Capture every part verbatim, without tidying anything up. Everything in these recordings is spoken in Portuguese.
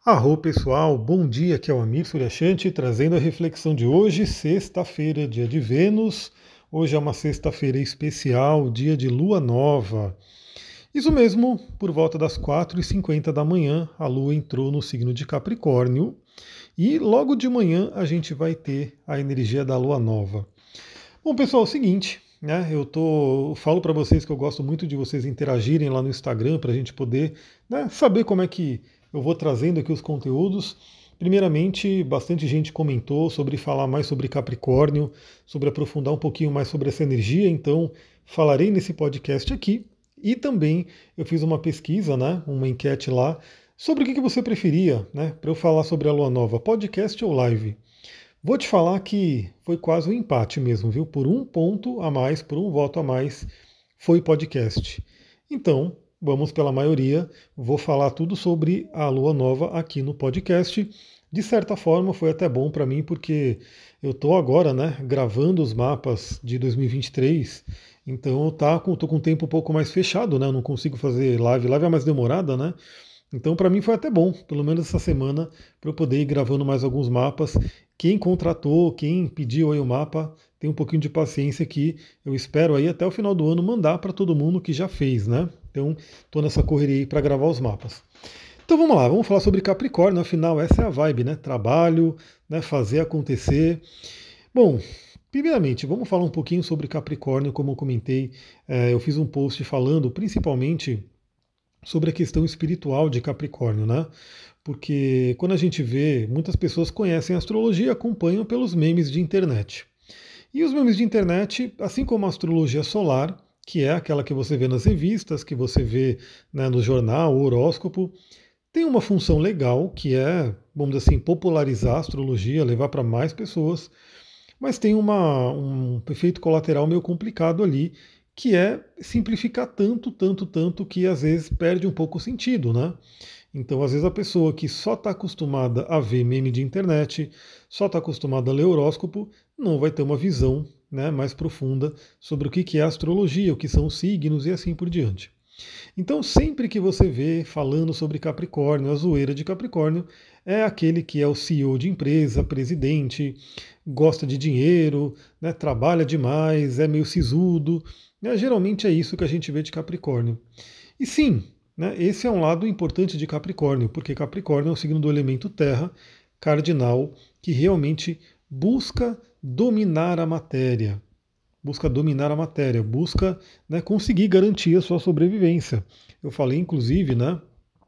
Arro pessoal, bom dia, aqui é o Amir Suryashanti trazendo a reflexão de hoje, sexta-feira, dia de Vênus. Hoje é uma sexta-feira especial, dia de lua nova. Isso mesmo, por volta das quatro e cinquenta da manhã, a lua entrou no signo de Capricórnio e logo de manhã a gente vai ter a energia da lua nova. Bom, pessoal, é o seguinte, né? Eu tô, eu falo para vocês que eu gosto muito de vocês interagirem lá no Instagram para a gente poder, né, saber como é que eu vou trazendo aqui os conteúdos. Primeiramente, bastante gente comentou sobre falar mais sobre Capricórnio, sobre aprofundar um pouquinho mais sobre essa energia, então falarei nesse podcast aqui. E também eu fiz uma pesquisa, né, uma enquete lá, sobre o que que você preferia, né, para eu falar sobre a Lua Nova, podcast ou live. Vou te falar que foi quase um empate mesmo, viu? Por um ponto a mais, por um voto a mais, foi podcast. Então, vamos pela maioria. Vou falar tudo sobre a Lua Nova aqui no podcast. De certa forma, foi até bom para mim, porque eu estou agora, né, gravando os mapas de dois mil e vinte e três. Então, eu tá com, tô com o tempo um pouco mais fechado, né? Eu não consigo fazer live. Live é mais demorada, né? Então, para mim foi até bom, pelo menos essa semana, para eu poder ir gravando mais alguns mapas. Quem contratou, quem pediu aí o mapa, tem um pouquinho de paciência que eu espero aí até o final do ano mandar para todo mundo que já fez, né? Então, estou nessa correria aí para gravar os mapas. Então vamos lá, vamos falar sobre Capricórnio, afinal essa é a vibe, né? Trabalho, né? Fazer acontecer. Bom, primeiramente, vamos falar um pouquinho sobre Capricórnio, como eu comentei, eh, eu fiz um post falando principalmente sobre a questão espiritual de Capricórnio, né? Porque quando a gente vê, muitas pessoas conhecem a astrologia e acompanham pelos memes de internet. E os memes de internet, assim como a astrologia solar, que é aquela que você vê nas revistas, que você vê, né, no jornal, o horóscopo, tem uma função legal, que é, vamos dizer assim, popularizar a astrologia, levar para mais pessoas, mas tem uma, um efeito colateral meio complicado ali, que é simplificar tanto, tanto, tanto, que às vezes perde um pouco o sentido, né? Então, às vezes, a pessoa que só está acostumada a ver meme de internet, só está acostumada a ler horóscopo, não vai ter uma visão, né, mais profunda sobre o que é a astrologia, o que são os signos e assim por diante. Então, sempre que você vê falando sobre Capricórnio, a zoeira de Capricórnio é aquele que é o C E O de empresa, presidente, gosta de dinheiro, né, trabalha demais, é meio sisudo. Né, geralmente é isso que a gente vê de Capricórnio. E sim, né, esse é um lado importante de Capricórnio, porque Capricórnio é o signo do elemento terra, cardinal, que realmente busca dominar a matéria. Busca dominar a matéria, busca, né, conseguir garantir a sua sobrevivência. Eu falei, inclusive, né,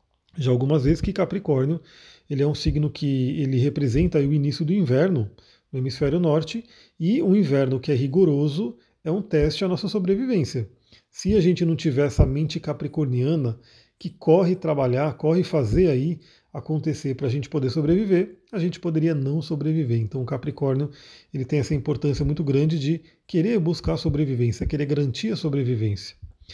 já algumas vezes que Capricórnio ele é um signo que ele representa o início do inverno no hemisfério norte, e um inverno que é rigoroso é um teste à nossa sobrevivência. Se a gente não tiver essa mente capricorniana que corre trabalhar, corre fazer aí acontecer para a gente poder sobreviver, a gente poderia não sobreviver. Então o Capricórnio ele tem essa importância muito grande de querer buscar a sobrevivência, querer garantir a sobrevivência.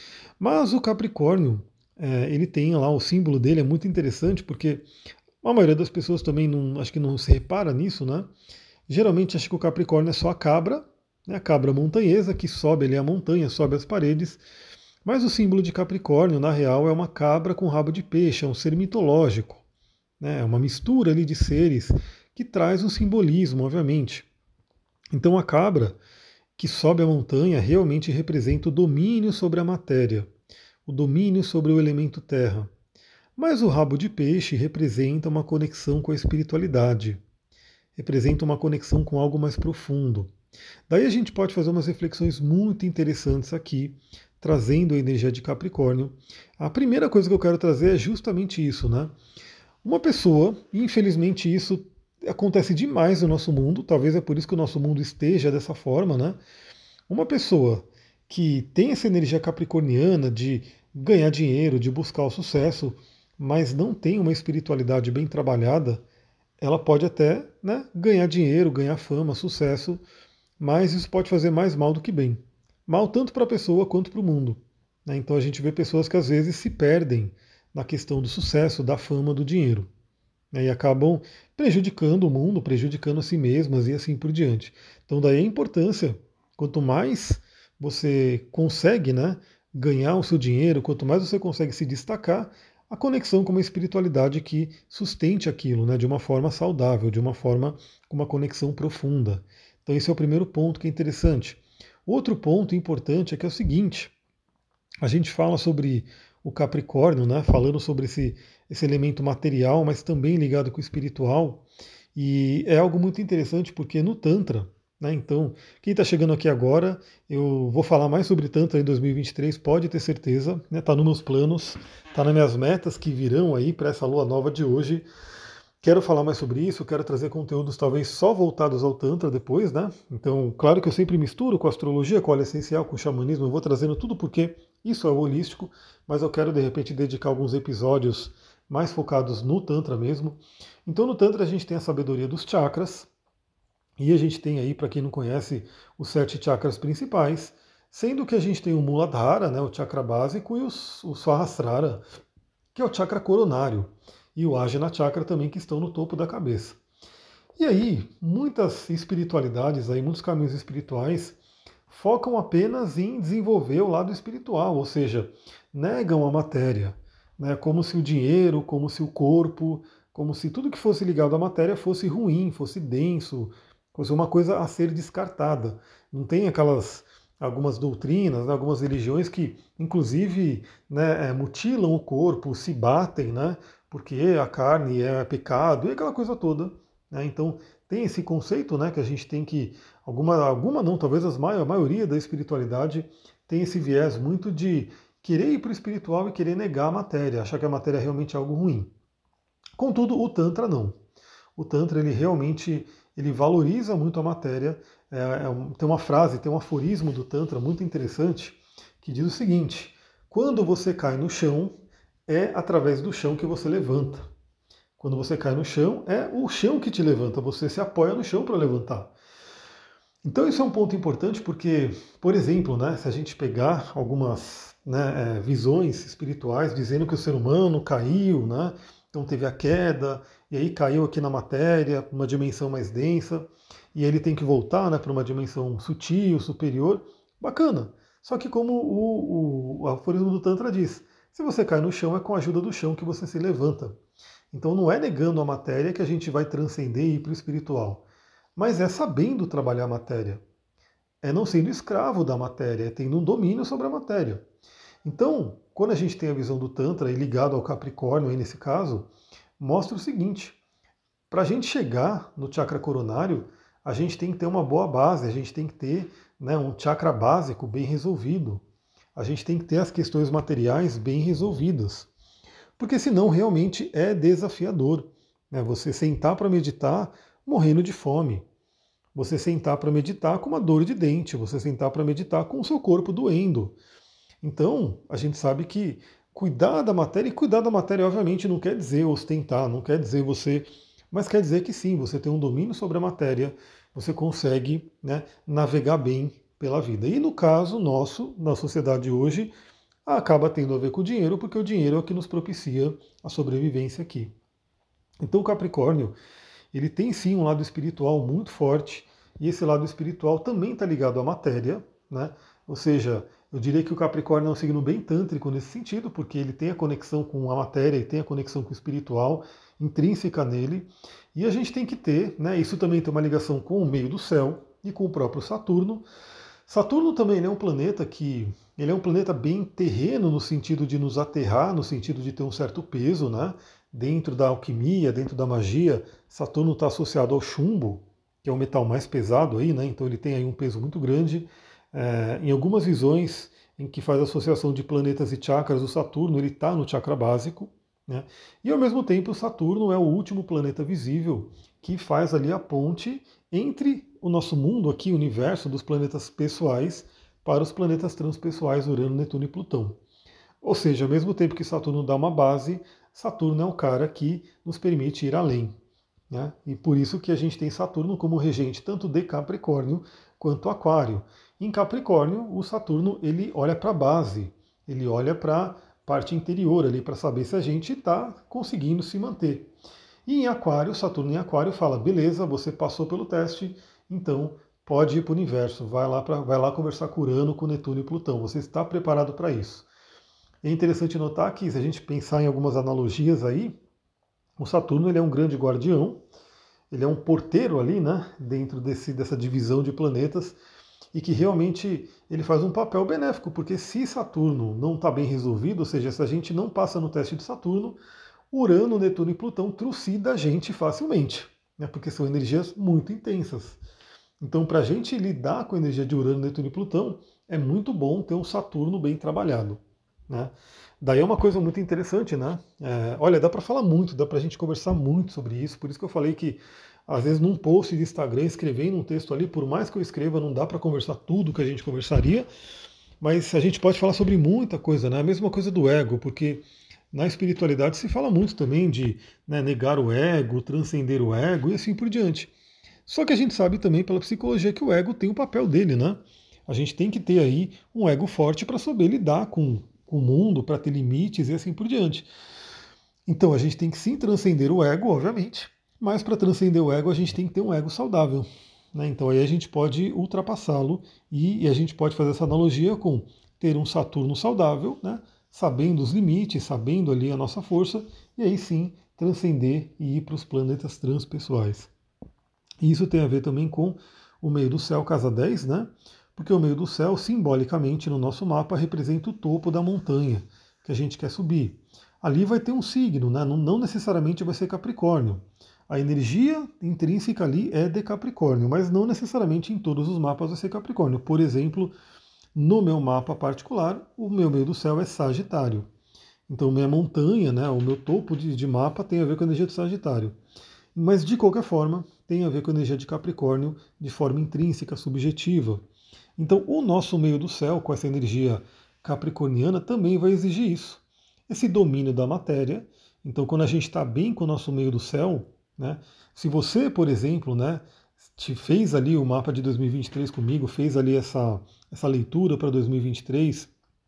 Mas o Capricórnio, é, ele tem lá, o símbolo dele é muito interessante, porque a maioria das pessoas também não, acho que não se repara nisso, né? Geralmente acha que o Capricórnio é só a cabra, né? A cabra montanhesa que sobe ali a montanha, sobe as paredes. Mas o símbolo de Capricórnio, na real, é uma cabra com rabo de peixe, é um ser mitológico, né? É uma mistura ali de seres que traz um simbolismo, obviamente. Então a cabra que sobe a montanha realmente representa o domínio sobre a matéria, o domínio sobre o elemento terra. Mas o rabo de peixe representa uma conexão com a espiritualidade, representa uma conexão com algo mais profundo. Daí a gente pode fazer umas reflexões muito interessantes aqui, trazendo a energia de Capricórnio. A primeira coisa que eu quero trazer é justamente isso, né? Uma pessoa, e infelizmente isso acontece demais no nosso mundo, talvez é por isso que o nosso mundo esteja dessa forma, né? Uma pessoa que tem essa energia capricorniana de ganhar dinheiro, de buscar o sucesso, mas não tem uma espiritualidade bem trabalhada, ela pode até, né, ganhar dinheiro, ganhar fama, sucesso, mas isso pode fazer mais mal do que bem. Mal tanto para a pessoa quanto para o mundo. Né? Então a gente vê pessoas que às vezes se perdem na questão do sucesso, da fama, do dinheiro. Né? E acabam prejudicando o mundo, prejudicando a si mesmas e assim por diante. Então daí a importância, quanto mais você consegue, né, ganhar o seu dinheiro, quanto mais você consegue se destacar, a conexão com uma espiritualidade que sustente aquilo, né, de uma forma saudável, de uma forma com uma conexão profunda. Então esse é o primeiro ponto que é interessante. Outro ponto importante é que é o seguinte, a gente fala sobre o Capricórnio, né, falando sobre esse, esse elemento material, mas também ligado com o espiritual, e é algo muito interessante porque no Tantra, né, então, quem está chegando aqui agora, eu vou falar mais sobre Tantra em dois mil e vinte e três, pode ter certeza, está né, tá nos meus planos, está nas minhas metas que virão aí para essa lua nova de hoje. Quero falar mais sobre isso, quero trazer conteúdos talvez só voltados ao Tantra depois, né? Então, claro que eu sempre misturo com a astrologia, com a óleo essencial, com o xamanismo, eu vou trazendo tudo porque isso é holístico, mas eu quero de repente dedicar alguns episódios mais focados no Tantra mesmo. Então, no Tantra a gente tem a sabedoria dos chakras, e a gente tem aí, para quem não conhece, os sete chakras principais, sendo que a gente tem o Muladhara, né, o chakra básico, e os, o Sahasrara, que é o chakra coronário, e o Ajna Chakra também, que estão no topo da cabeça. E aí, muitas espiritualidades, aí, muitos caminhos espirituais, focam apenas em desenvolver o lado espiritual, ou seja, negam a matéria, né, como se o dinheiro, como se o corpo, como se tudo que fosse ligado à matéria fosse ruim, fosse denso, fosse uma coisa a ser descartada. Não tem aquelas algumas doutrinas, né, algumas religiões que, inclusive, né, é, mutilam o corpo, se batem, né, porque a carne é pecado e aquela coisa toda. Né, então, tem esse conceito, né, que a gente tem que, alguma, alguma não, talvez as mai- a maioria da espiritualidade tem esse viés muito de querer ir para o espiritual e querer negar a matéria, achar que a matéria é realmente algo ruim. Contudo, o Tantra não. O Tantra ele realmente ele valoriza muito a matéria. É, é um, tem uma frase, tem um aforismo do Tantra muito interessante que diz o seguinte: quando você cai no chão, é através do chão que você levanta. Quando você cai no chão, é o chão que te levanta, você se apoia no chão para levantar. Então isso é um ponto importante porque, por exemplo, né, se a gente pegar algumas né, é, visões espirituais dizendo que o ser humano caiu, né, então teve a queda, e aí caiu aqui na matéria, uma dimensão mais densa, e aí ele tem que voltar né, para uma dimensão sutil, superior, bacana. Só que como o, o, o aforismo do Tantra diz, se você cai no chão, é com a ajuda do chão que você se levanta. Então não é negando a matéria que a gente vai transcender e ir para o espiritual, mas é sabendo trabalhar a matéria, é não sendo escravo da matéria, é tendo um domínio sobre a matéria. Então, quando a gente tem a visão do Tantra e ligado ao Capricórnio, aí nesse caso, mostra o seguinte: para a gente chegar no chakra coronário, a gente tem que ter uma boa base, a gente tem que ter né, um chakra básico bem resolvido, a gente tem que ter as questões materiais bem resolvidas, porque senão realmente é desafiador. Né, você sentar para meditar morrendo de fome, você sentar para meditar com uma dor de dente, você sentar para meditar com o seu corpo doendo. Então, a gente sabe que cuidar da matéria, e cuidar da matéria, obviamente, não quer dizer ostentar, não quer dizer você. Mas quer dizer que sim, você tem um domínio sobre a matéria, você consegue né, navegar bem pela vida. E no caso nosso, na sociedade hoje, acaba tendo a ver com o dinheiro, porque o dinheiro é o que nos propicia a sobrevivência aqui. Então o Capricórnio, ele tem sim um lado espiritual muito forte, e esse lado espiritual também está ligado à matéria, né? Ou seja, eu diria que o Capricórnio é um signo bem tântrico nesse sentido, porque ele tem a conexão com a matéria e tem a conexão com o espiritual intrínseca nele. E a gente tem que ter, né? Isso também tem uma ligação com o meio do céu e com o próprio Saturno. Saturno também ele é um planeta que ele é um planeta bem terreno no sentido de nos aterrar, no sentido de ter um certo peso, né? Dentro da alquimia, dentro da magia, Saturno está associado ao chumbo, que é o metal mais pesado aí, né? Então ele tem aí um peso muito grande. É, em algumas visões em que faz associação de planetas e chakras, o Saturno ele está no chakra básico, né? E ao mesmo tempo o Saturno é o último planeta visível que faz ali a ponte entre o nosso mundo aqui, o universo dos planetas pessoais, para os planetas transpessoais, Urano, Netuno e Plutão. Ou seja, ao mesmo tempo que Saturno dá uma base, Saturno é o cara que nos permite ir além. Né? E por isso que a gente tem Saturno como regente tanto de Capricórnio quanto Aquário. Em Capricórnio, o Saturno ele olha para a base, ele olha para a parte interior ali para saber se a gente está conseguindo se manter. E em Aquário, Saturno em Aquário fala, beleza, você passou pelo teste, então pode ir para o universo, vai lá, pra, vai lá conversar com Urano, com Netuno e Plutão, você está preparado para isso. É interessante notar que, se a gente pensar em algumas analogias aí, o Saturno ele é um grande guardião, ele é um porteiro ali, né, dentro desse, dessa divisão de planetas, e que realmente ele faz um papel benéfico, porque se Saturno não está bem resolvido, ou seja, se a gente não passa no teste de Saturno, Urano, Netuno e Plutão trucidam a gente facilmente, né, porque são energias muito intensas. Então, para a gente lidar com a energia de Urano, Netuno e Plutão, é muito bom ter um Saturno bem trabalhado. Né? Daí é uma coisa muito interessante, né? É, olha, dá para falar muito, dá para a gente conversar muito sobre isso, por isso que eu falei que, às vezes, num post de Instagram, escrevendo um texto ali, por mais que eu escreva, não dá para conversar tudo que a gente conversaria, mas a gente pode falar sobre muita coisa, né? A mesma coisa do ego, porque na espiritualidade se fala muito também de, né, negar o ego, transcender o ego e assim por diante. Só que a gente sabe também pela psicologia que o ego tem o papel dele, né? A gente tem que ter aí um ego forte para saber lidar com, com o mundo, para ter limites e assim por diante. Então a gente tem que sim transcender o ego, obviamente, mas para transcender o ego a gente tem que ter um ego saudável. Né? Então aí a gente pode ultrapassá-lo e, e a gente pode fazer essa analogia com ter um Saturno saudável, né? Sabendo os limites, sabendo ali a nossa força, e aí sim transcender e ir para os planetas transpessoais. E isso tem a ver também com o meio do céu, casa dez, né? Porque o meio do céu, simbolicamente, no nosso mapa, representa o topo da montanha que a gente quer subir. Ali vai ter um signo, né? Não, não necessariamente vai ser Capricórnio. A energia intrínseca ali é de Capricórnio, mas não necessariamente em todos os mapas vai ser Capricórnio. Por exemplo, no meu mapa particular, o meu meio do céu é Sagitário. Então, minha montanha, né, o meu topo de, de mapa tem a ver com a energia do Sagitário. Mas, de qualquer forma, tem a ver com a energia de Capricórnio de forma intrínseca, subjetiva. Então, o nosso meio do céu, com essa energia capricorniana, também vai exigir isso. Esse domínio da matéria. Então, quando a gente está bem com o nosso meio do céu, né, se você, por exemplo, né, te fez ali o mapa de dois mil e vinte e três comigo, fez ali essa, essa leitura para dois mil e vinte e três,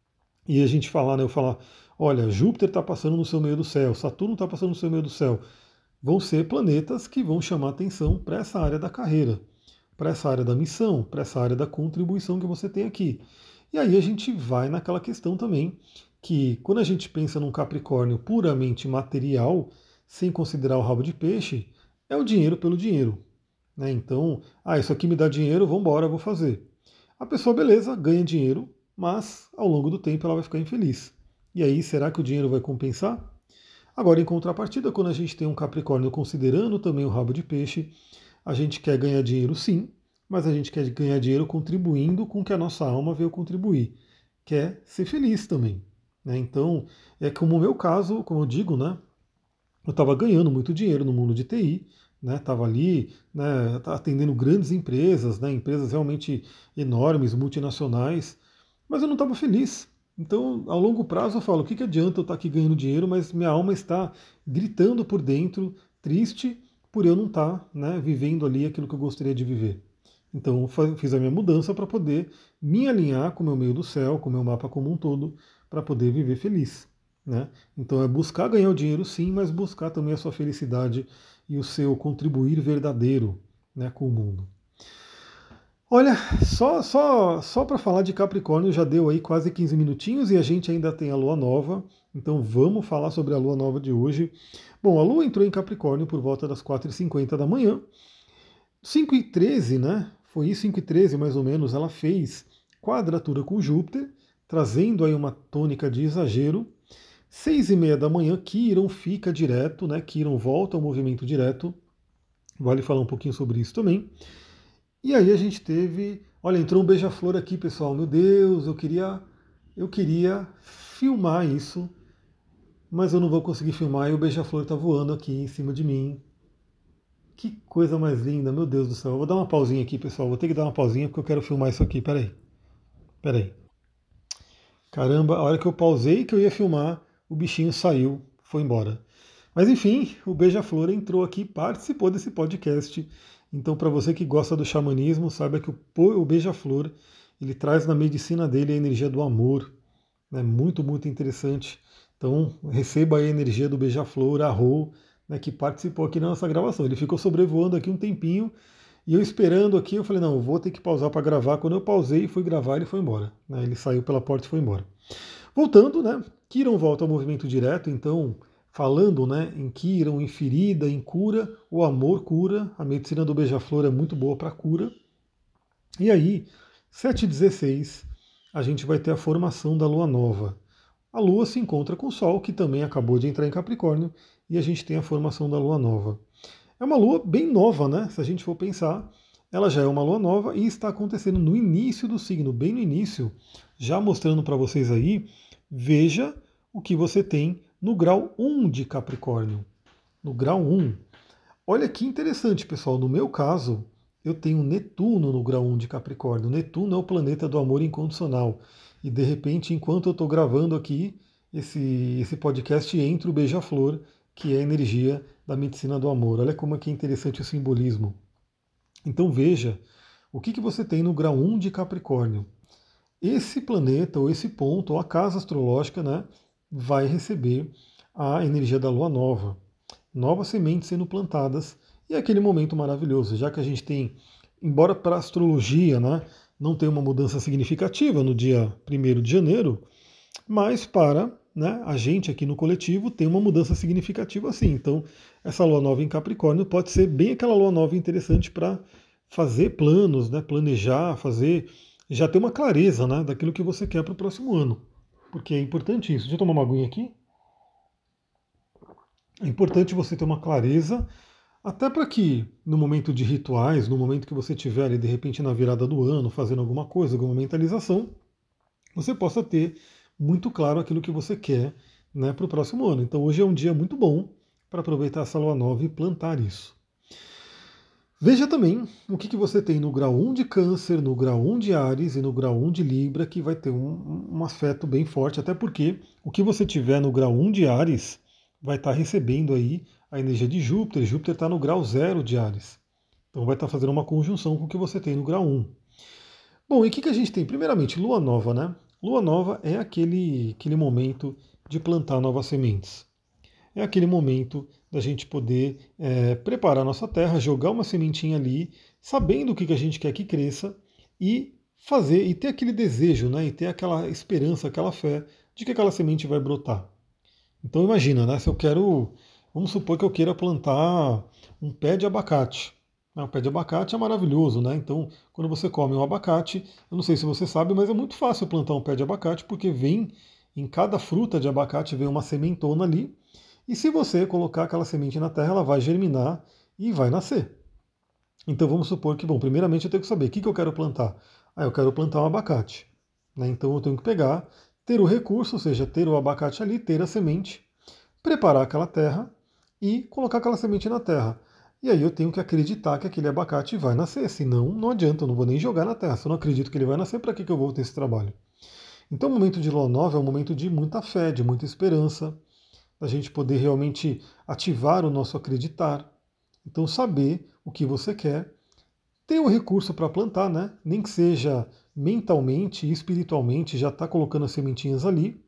e a gente falar, né, eu falar, olha, Júpiter está passando no seu meio do céu, Saturno está passando no seu meio do céu, vão ser planetas que vão chamar atenção para essa área da carreira, para essa área da missão, para essa área da contribuição que você tem aqui. E aí a gente vai naquela questão também que quando a gente pensa num Capricórnio puramente material, sem considerar o rabo de peixe, é o dinheiro pelo dinheiro. Né? Então, ah, isso aqui me dá dinheiro, vamos embora, vou fazer. A pessoa, beleza, ganha dinheiro, mas ao longo do tempo ela vai ficar infeliz. E aí, será que o dinheiro vai compensar? Agora, em contrapartida, quando a gente tem um Capricórnio considerando também o rabo de peixe, a gente quer ganhar dinheiro sim, mas a gente quer ganhar dinheiro contribuindo com o que a nossa alma veio contribuir. Quer ser feliz também. Né? Então, é como o meu caso, como eu digo, né? Eu estava ganhando muito dinheiro no mundo de T I, estava né? ali né? atendendo grandes empresas, né? Empresas realmente enormes, multinacionais, mas eu não estava feliz. Então, ao longo prazo, eu falo: o que, que adianta eu estar aqui ganhando dinheiro, mas minha alma está gritando por dentro, triste, por eu não estar né, vivendo ali aquilo que eu gostaria de viver. Então, eu fiz a minha mudança para poder me alinhar com o meu meio do céu, com o meu mapa como um todo, para poder viver feliz. Né? Então, é buscar ganhar o dinheiro, sim, mas buscar também a sua felicidade e o seu contribuir verdadeiro né, com o mundo. Olha, só, só, só para falar de Capricórnio já deu aí quase quinze minutinhos e a gente ainda tem a Lua Nova, então vamos falar sobre a Lua Nova de hoje. Bom, a Lua entrou em Capricórnio por volta das quatro e cinquenta da manhã, cinco e treze, né? Foi isso, cinco e treze mais ou menos, ela fez quadratura com Júpiter, trazendo aí uma tônica de exagero. seis e meia da manhã, Quirón fica direto, né? Quirón volta ao movimento direto, vale falar um pouquinho sobre isso também. E aí a gente teve, olha, entrou um beija-flor aqui, pessoal. Meu Deus, eu queria, eu queria filmar isso, mas eu não vou conseguir filmar e o beija-flor está voando aqui em cima de mim. Que coisa mais linda, meu Deus do céu. Eu vou dar uma pausinha aqui, pessoal. Vou ter que dar uma pausinha porque eu quero filmar isso aqui. Peraí, peraí. Caramba, a hora que eu pausei que eu ia filmar, o bichinho saiu, foi embora. Mas enfim, o beija-flor entrou aqui, participou desse podcast. Então, para você que gosta do xamanismo, saiba que o beija-flor ele traz na medicina dele a energia do amor, né? Muito, muito interessante. Então, receba aí a energia do beija-flor, Arro, né, que participou aqui na nossa gravação. Ele ficou sobrevoando aqui um tempinho e eu esperando aqui, eu falei, não, eu vou ter que pausar para gravar. Quando eu pausei, fui gravar, ele foi embora. Né? Ele saiu pela porta e foi embora. Voltando, né? Quirón volta ao movimento direto, então, falando, né, em Quirón, em ferida, em cura, o amor cura, a medicina do beija-flor é muito boa para cura. E aí, sete e dezesseis, a gente vai ter a formação da lua nova. A lua se encontra com o sol, que também acabou de entrar em Capricórnio, e a gente tem a formação da lua nova. É uma lua bem nova, né? Se a gente for pensar, ela já é uma lua nova e está acontecendo no início do signo, bem no início, já mostrando para vocês aí, veja o que você tem no grau um de Capricórnio. No grau um. Olha que interessante, pessoal. No meu caso, eu tenho Netuno no grau um de Capricórnio. Netuno é o planeta do amor incondicional. E de repente, enquanto eu estou gravando aqui esse, esse podcast, entra o beija-flor, que é a energia da medicina do amor. Olha como é que é interessante o simbolismo. Então veja o que, que você tem no grau um de Capricórnio. Esse planeta, ou esse ponto, ou a casa astrológica, né, vai receber a energia da lua nova. Novas sementes sendo plantadas, e é aquele momento maravilhoso, já que a gente tem, embora para a astrologia, né, não tem uma mudança significativa no dia primeiro de janeiro, mas para, né, a gente aqui no coletivo tem uma mudança significativa sim. Então, essa lua nova em Capricórnio pode ser bem aquela lua nova interessante para fazer planos, né, planejar, fazer, já ter uma clareza, né, daquilo que você quer para o próximo ano. Porque é importante isso. Deixa eu tomar uma aguinha aqui. É importante você ter uma clareza, até para que no momento de rituais, no momento que você estiver ali, de repente na virada do ano, fazendo alguma coisa, alguma mentalização, você possa ter muito claro aquilo que você quer, né, para o próximo ano. Então hoje é um dia muito bom para aproveitar essa lua nova e plantar isso. Veja também o que, que você tem no grau um de Câncer, no grau um de Áries e no grau um de Libra, que vai ter um, um afeto bem forte, até porque o que você tiver no grau um de Áries vai estar recebendo aí a energia de Júpiter. Júpiter está no grau zero de Áries. Então vai estar fazendo uma conjunção com o que você tem no grau um. Bom, e o que, que a gente tem? Primeiramente, lua nova, né? Lua nova é aquele, aquele momento de plantar novas sementes. É aquele momento da gente poder é, preparar a nossa terra, jogar uma sementinha ali, sabendo o que, que a gente quer que cresça e fazer, e ter aquele desejo, né? E ter aquela esperança, aquela fé de que aquela semente vai brotar. Então imagina, né? Se eu quero, vamos supor que eu queira plantar um pé de abacate. Ah, o pé de abacate é maravilhoso, né? Então, quando você come um abacate, eu não sei se você sabe, mas é muito fácil plantar um pé de abacate, porque vem em cada fruta de abacate vem uma sementona ali. E se você colocar aquela semente na terra, ela vai germinar e vai nascer. Então vamos supor que, bom, primeiramente eu tenho que saber o que, que eu quero plantar. Ah, eu quero plantar um abacate. Né? Então eu tenho que pegar, ter o recurso, ou seja, ter o abacate ali, ter a semente, preparar aquela terra e colocar aquela semente na terra. E aí eu tenho que acreditar que aquele abacate vai nascer, senão não adianta, eu não vou nem jogar na terra. Se eu não acredito que ele vai nascer, para que, que eu vou ter esse trabalho? Então o momento de lua nova é um momento de muita fé, de muita esperança, da gente poder realmente ativar o nosso acreditar. Então saber o que você quer, ter o recurso para plantar, né? Nem que seja mentalmente e espiritualmente, já está colocando as sementinhas ali.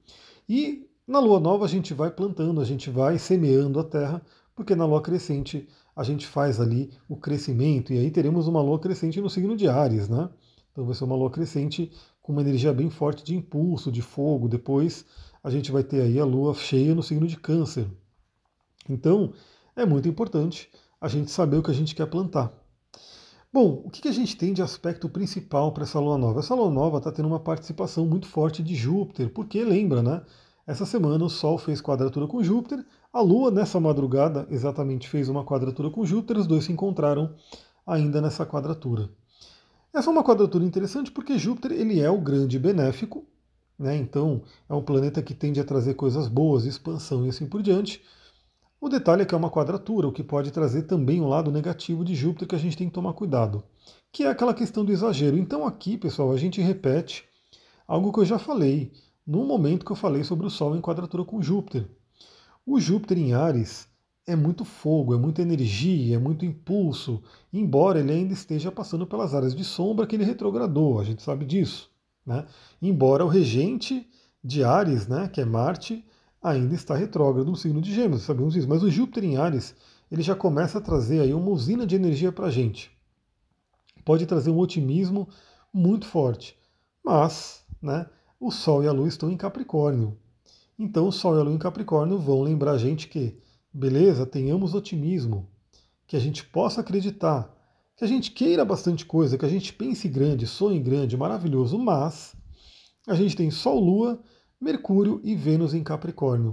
E na lua nova a gente vai plantando, a gente vai semeando a terra, porque na lua crescente a gente faz ali o crescimento, e aí teremos uma lua crescente no signo de Áries, né? Então vai ser uma lua crescente com uma energia bem forte de impulso, de fogo. Depois a gente vai ter aí a lua cheia no signo de Câncer. Então é muito importante a gente saber o que a gente quer plantar. Bom, o que a gente tem de aspecto principal para essa lua nova? Essa lua nova está tendo uma participação muito forte de Júpiter, porque lembra, né? Essa semana o Sol fez quadratura com Júpiter, a Lua nessa madrugada exatamente fez uma quadratura com Júpiter, os dois se encontraram ainda nessa quadratura. Essa é uma quadratura interessante porque Júpiter ele é o grande benéfico, né? Então é um planeta que tende a trazer coisas boas, expansão e assim por diante. O detalhe é que é uma quadratura, o que pode trazer também um lado negativo de Júpiter que a gente tem que tomar cuidado, que é aquela questão do exagero. Então aqui, pessoal, a gente repete algo que eu já falei no momento que eu falei sobre o Sol em quadratura com Júpiter. O Júpiter em Áries é muito fogo, é muita energia, é muito impulso, embora ele ainda esteja passando pelas áreas de sombra que ele retrogradou, a gente sabe disso. Né? Embora o regente de Áries, né, que é Marte, ainda está retrógrado no signo de Gêmeos, sabemos isso. Mas o Júpiter em Áries, ele já começa a trazer aí uma usina de energia para a gente. Pode trazer um otimismo muito forte. Mas, né, o Sol e a Lua estão em Capricórnio. Então o Sol e a Lua em Capricórnio vão lembrar a gente que, beleza, tenhamos otimismo, que a gente possa acreditar, que a gente queira bastante coisa, que a gente pense grande, sonhe grande, maravilhoso, mas a gente tem Sol, Lua, Mercúrio e Vênus em Capricórnio.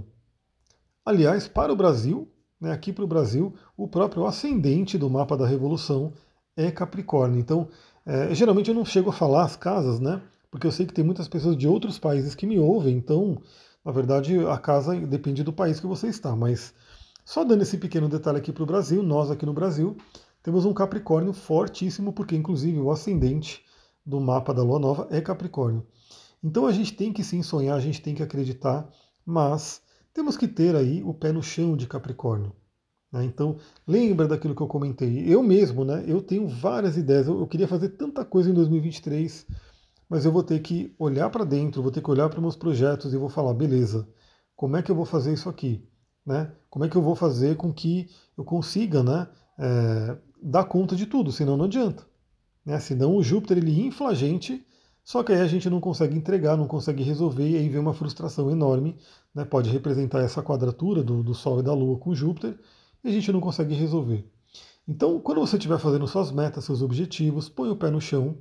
Aliás, para o Brasil, né, aqui para o Brasil, o próprio ascendente do mapa da Revolução é Capricórnio. Então, é, geralmente eu não chego a falar as casas, né? Porque eu sei que tem muitas pessoas de outros países que me ouvem, então, na verdade, a casa depende do país que você está. Mas só dando esse pequeno detalhe aqui para o Brasil, nós aqui no Brasil temos um Capricórnio fortíssimo, porque inclusive o ascendente do mapa da Lua Nova é Capricórnio. Então a gente tem que sim sonhar, a gente tem que acreditar, mas temos que ter aí o pé no chão de Capricórnio. Né? Então lembra daquilo que eu comentei. Eu mesmo, né? Eu tenho várias ideias. Eu, eu queria fazer tanta coisa em dois mil e vinte e três, mas eu vou ter que olhar para dentro, vou ter que olhar para meus projetos e vou falar, beleza, como é que eu vou fazer isso aqui? Né? Como é que eu vou fazer com que eu consiga, né, é, dar conta de tudo? Senão não adianta. Né? Senão o Júpiter ele infla a gente, só que aí a gente não consegue entregar, não consegue resolver, e aí vem uma frustração enorme. Né? Pode representar essa quadratura do, do Sol e da Lua com Júpiter, e a gente não consegue resolver. Então, quando você estiver fazendo suas metas, seus objetivos, põe o pé no chão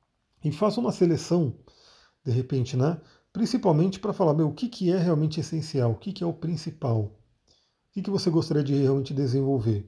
e faça uma seleção, de repente, né? Principalmente para falar, meu, o que, que é realmente essencial, o que, que é o principal, o que, que você gostaria de realmente desenvolver.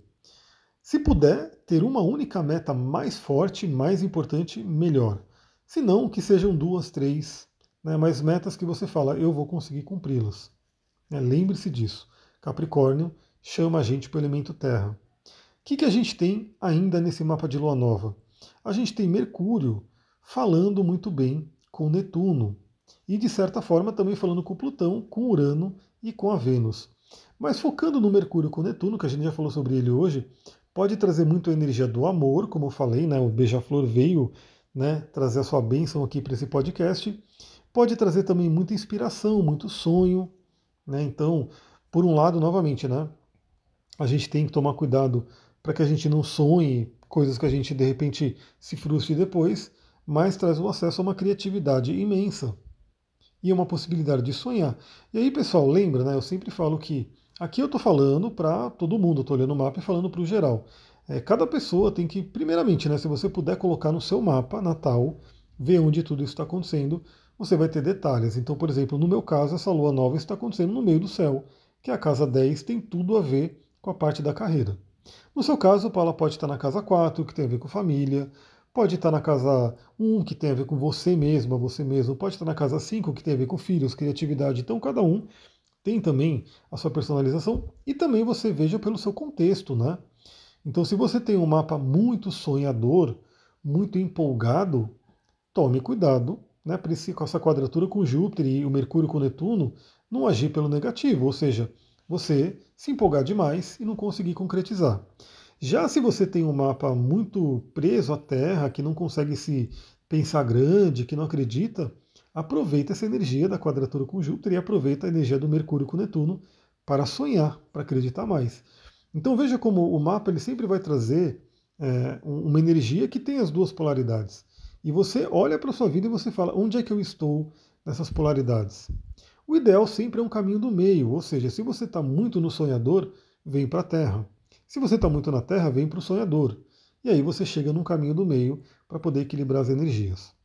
Se puder ter uma única meta mais forte, mais importante, melhor. Se não, que sejam duas, três, né, mas metas que você fala, eu vou conseguir cumpri-las. Né, lembre-se disso. Capricórnio chama a gente para o elemento terra. O que, que a gente tem ainda nesse mapa de lua nova? A gente tem Mercúrio falando muito bem com Netuno. E, de certa forma, também falando com Plutão, com Urano e com a Vênus. Mas focando no Mercúrio com Netuno, que a gente já falou sobre ele hoje, pode trazer muito a energia do amor, como eu falei, né? O Beija-Flor veio, né, trazer a sua bênção aqui para esse podcast. Pode trazer também muita inspiração, muito sonho. Né? Então, por um lado, novamente, né, a gente tem que tomar cuidado para que a gente não sonhe coisas que a gente, de repente, se frustre depois, mas traz o acesso a uma criatividade imensa e uma possibilidade de sonhar. E aí, pessoal, lembra, né? Eu sempre falo que aqui eu estou falando para todo mundo, estou olhando o mapa e falando para o geral. É, cada pessoa tem que, primeiramente, né, se você puder colocar no seu mapa natal, ver onde tudo isso está acontecendo, você vai ter detalhes. Então, por exemplo, no meu caso, essa lua nova está acontecendo no meio do céu, que é a casa dez, tem tudo a ver com a parte da carreira. No seu caso, Paula pode estar na casa quatro, que tem a ver com família, pode estar na casa um, que tem a ver com você mesma, você mesmo, pode estar na casa cinco, que tem a ver com filhos, criatividade. Então, cada um tem também a sua personalização e também você veja pelo seu contexto, né? Então, se você tem um mapa muito sonhador, muito empolgado, tome cuidado, né, para com essa quadratura com Júpiter e o Mercúrio com Netuno, não agir pelo negativo, ou seja, você se empolgar demais e não conseguir concretizar. Já se você tem um mapa muito preso à Terra, que não consegue se pensar grande, que não acredita, aproveita essa energia da quadratura com Júpiter e aproveita a energia do Mercúrio com Netuno para sonhar, para acreditar mais. Então veja como o mapa ele sempre vai trazer é, uma energia que tem as duas polaridades. E você olha para a sua vida e você fala, onde é que eu estou nessas polaridades? O ideal sempre é um caminho do meio, ou seja, se você está muito no sonhador, vem para a Terra. Se você está muito na Terra, vem para o sonhador. E aí você chega num caminho do meio para poder equilibrar as energias.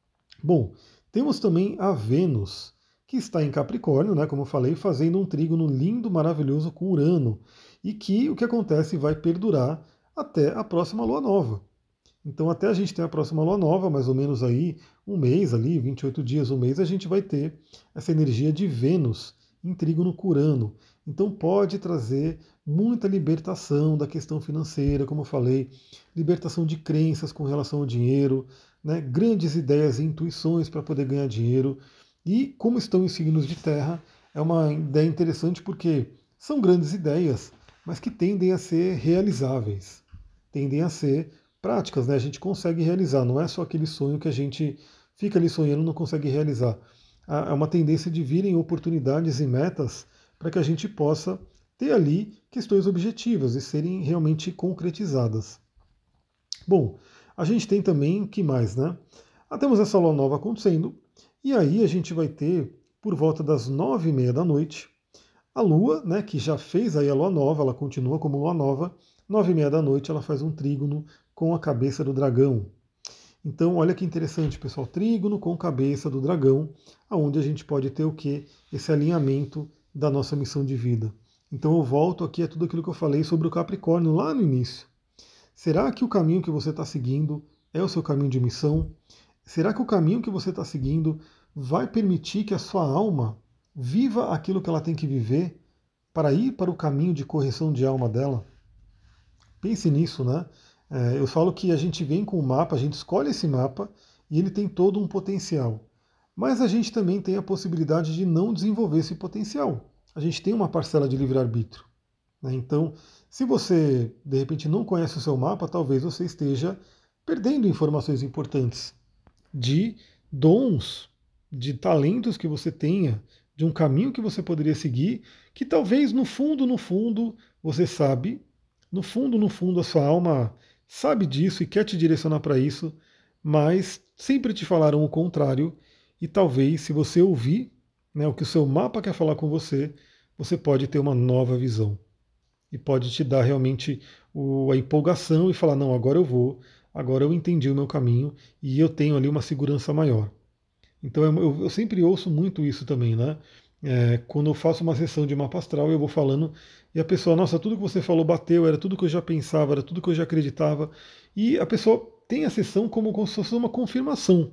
Bom, temos também a Vênus, que está em Capricórnio, né, como eu falei, fazendo um trígono lindo, maravilhoso com Urano. E que o que acontece vai perdurar até a próxima lua nova. Então, até a gente ter a próxima lua nova, mais ou menos aí um mês ali, vinte e oito dias, um mês, a gente vai ter essa energia de Vênus em trígono com Urano. Então, pode trazer muita libertação da questão financeira, como eu falei, libertação de crenças com relação ao dinheiro, né, grandes ideias e intuições para poder ganhar dinheiro. E, como estão em signos de terra, é uma ideia interessante porque são grandes ideias, mas que tendem a ser realizáveis, tendem a ser práticas, né? A gente consegue realizar, não é só aquele sonho que a gente fica ali sonhando e não consegue realizar. É uma tendência de virem oportunidades e metas para que a gente possa ter ali questões objetivas e serem realmente concretizadas. Bom, a gente tem também, o que mais, né? Ah, temos essa lua nova acontecendo, e aí a gente vai ter por volta das nove e meia da noite, a Lua, né, que já fez aí a Lua Nova, ela continua como Lua Nova, nove e meia da noite ela faz um trígono com a cabeça do dragão. Então, olha que interessante, pessoal, trígono com cabeça do dragão, aonde a gente pode ter o quê? Esse alinhamento da nossa missão de vida. Então eu volto aqui a tudo aquilo que eu falei sobre o Capricórnio lá no início. Será que o caminho que você está seguindo é o seu caminho de missão? Será que o caminho que você está seguindo vai permitir que a sua alma viva aquilo que ela tem que viver para ir para o caminho de correção de alma dela? Pense nisso, né? É, eu falo que a gente vem com o mapa, a gente escolhe esse mapa e ele tem todo um potencial. Mas a gente também tem a possibilidade de não desenvolver esse potencial. A gente tem uma parcela de livre-arbítrio, né? Então, se você de repente não conhece o seu mapa, talvez você esteja perdendo informações importantes de dons, de talentos que você tenha, de um caminho que você poderia seguir, que talvez no fundo, no fundo, você sabe, no fundo, no fundo, a sua alma sabe disso e quer te direcionar para isso, mas sempre te falaram o contrário, e talvez, se você ouvir, né, o que o seu mapa quer falar com você, você pode ter uma nova visão. E pode te dar realmente o, a empolgação e falar, não, agora eu vou, agora eu entendi o meu caminho e eu tenho ali uma segurança maior. Então eu, eu sempre ouço muito isso também, né? É, quando eu faço uma sessão de mapa astral, eu vou falando e a pessoa, nossa, tudo que você falou bateu, era tudo que eu já pensava, era tudo que eu já acreditava. E a pessoa tem a sessão como, como se fosse uma confirmação.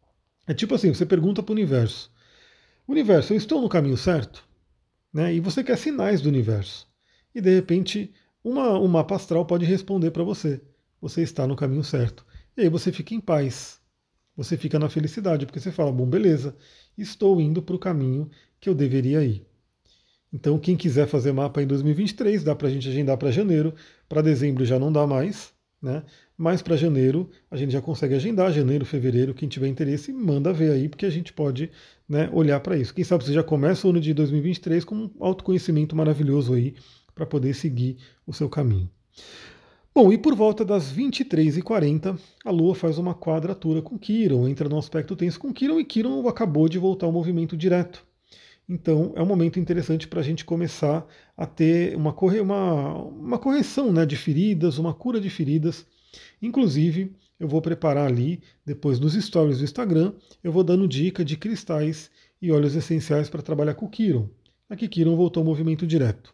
É tipo assim, você pergunta para o universo, universo, eu estou no caminho certo? Né? E você quer sinais do universo. E de repente, uma, um mapa astral pode responder para você, você está no caminho certo. E aí você fica em paz. Você fica na felicidade, porque você fala, bom, beleza, estou indo para o caminho que eu deveria ir. Então, quem quiser fazer mapa em dois mil e vinte e três, dá para a gente agendar para janeiro, para dezembro já não dá mais, né? Mas para janeiro a gente já consegue agendar, janeiro, fevereiro, quem tiver interesse, manda ver aí, porque a gente pode, né, olhar para isso. Quem sabe você já começa o ano de dois mil e vinte e três com um autoconhecimento maravilhoso aí, para poder seguir o seu caminho. Bom, e por volta das vinte e três e quarenta, a Lua faz uma quadratura com Quiron, entra num aspecto tenso com Quiron, e Quiron acabou de voltar ao movimento direto. Então é um momento interessante para a gente começar a ter uma, corre uma, uma correção, né, de feridas, uma cura de feridas. Inclusive, eu vou preparar ali, depois nos stories do Instagram, eu vou dando dica de cristais e óleos essenciais para trabalhar com o Quiron. Aqui Quiron voltou ao movimento direto.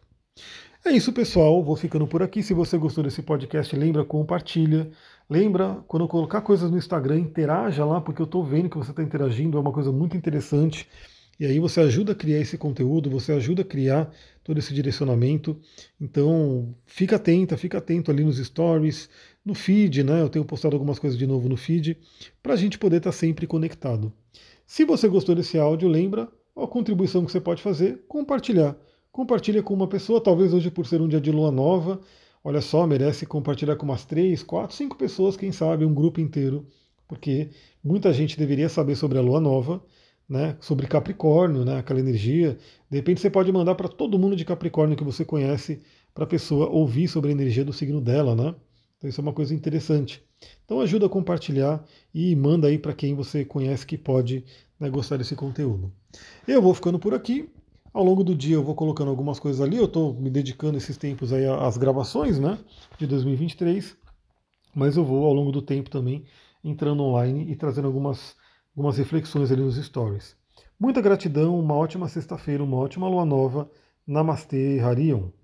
É isso, pessoal. Vou ficando por aqui. Se você gostou desse podcast, lembra, compartilha. Lembra, quando eu colocar coisas no Instagram, interaja lá, porque eu estou vendo que você está interagindo, é uma coisa muito interessante. E aí você ajuda a criar esse conteúdo, você ajuda a criar todo esse direcionamento. Então, fica atenta, fica atento ali nos stories, no feed, né? Eu tenho postado algumas coisas de novo no feed, para a gente poder estar sempre conectado. Se você gostou desse áudio, lembra a contribuição que você pode fazer, compartilhar. Compartilha com uma pessoa, talvez hoje por ser um dia de lua nova, olha só, merece compartilhar com umas três, quatro, cinco pessoas, quem sabe, um grupo inteiro, porque muita gente deveria saber sobre a lua nova, né, sobre Capricórnio, né, aquela energia. De repente você pode mandar para todo mundo de Capricórnio que você conhece, para a pessoa ouvir sobre a energia do signo dela, né? Então isso é uma coisa interessante. Então ajuda a compartilhar e manda aí para quem você conhece que pode, né, gostar desse conteúdo. Eu vou ficando por aqui. Ao longo do dia eu vou colocando algumas coisas ali, eu estou me dedicando esses tempos aí às gravações, né, de dois mil e vinte e três, mas eu vou ao longo do tempo também entrando online e trazendo algumas, algumas reflexões ali nos stories. Muita gratidão, uma ótima sexta-feira, uma ótima lua nova. Namastê, Harion.